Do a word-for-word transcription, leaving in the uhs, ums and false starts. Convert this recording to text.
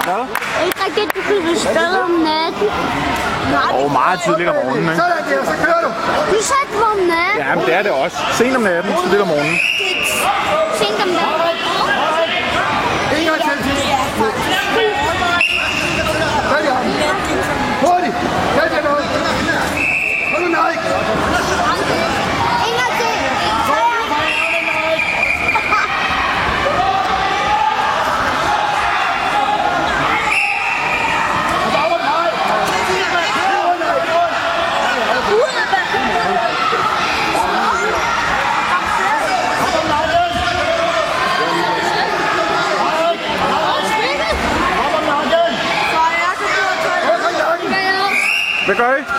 Hvad? Ikke rigtigt, du kan blive stået om natten. Og meget tidligt om morgenen, ikke? Sådan der, så kører du. Du sagde, det var om natten. Ja, men det er det også. Sent om natten, tidligt om morgenen. Sent om natten. En gang til. Færdig om. Hurtigt. Færdig dig noget. Hold nu Nike. En gang til. Hvad gør I?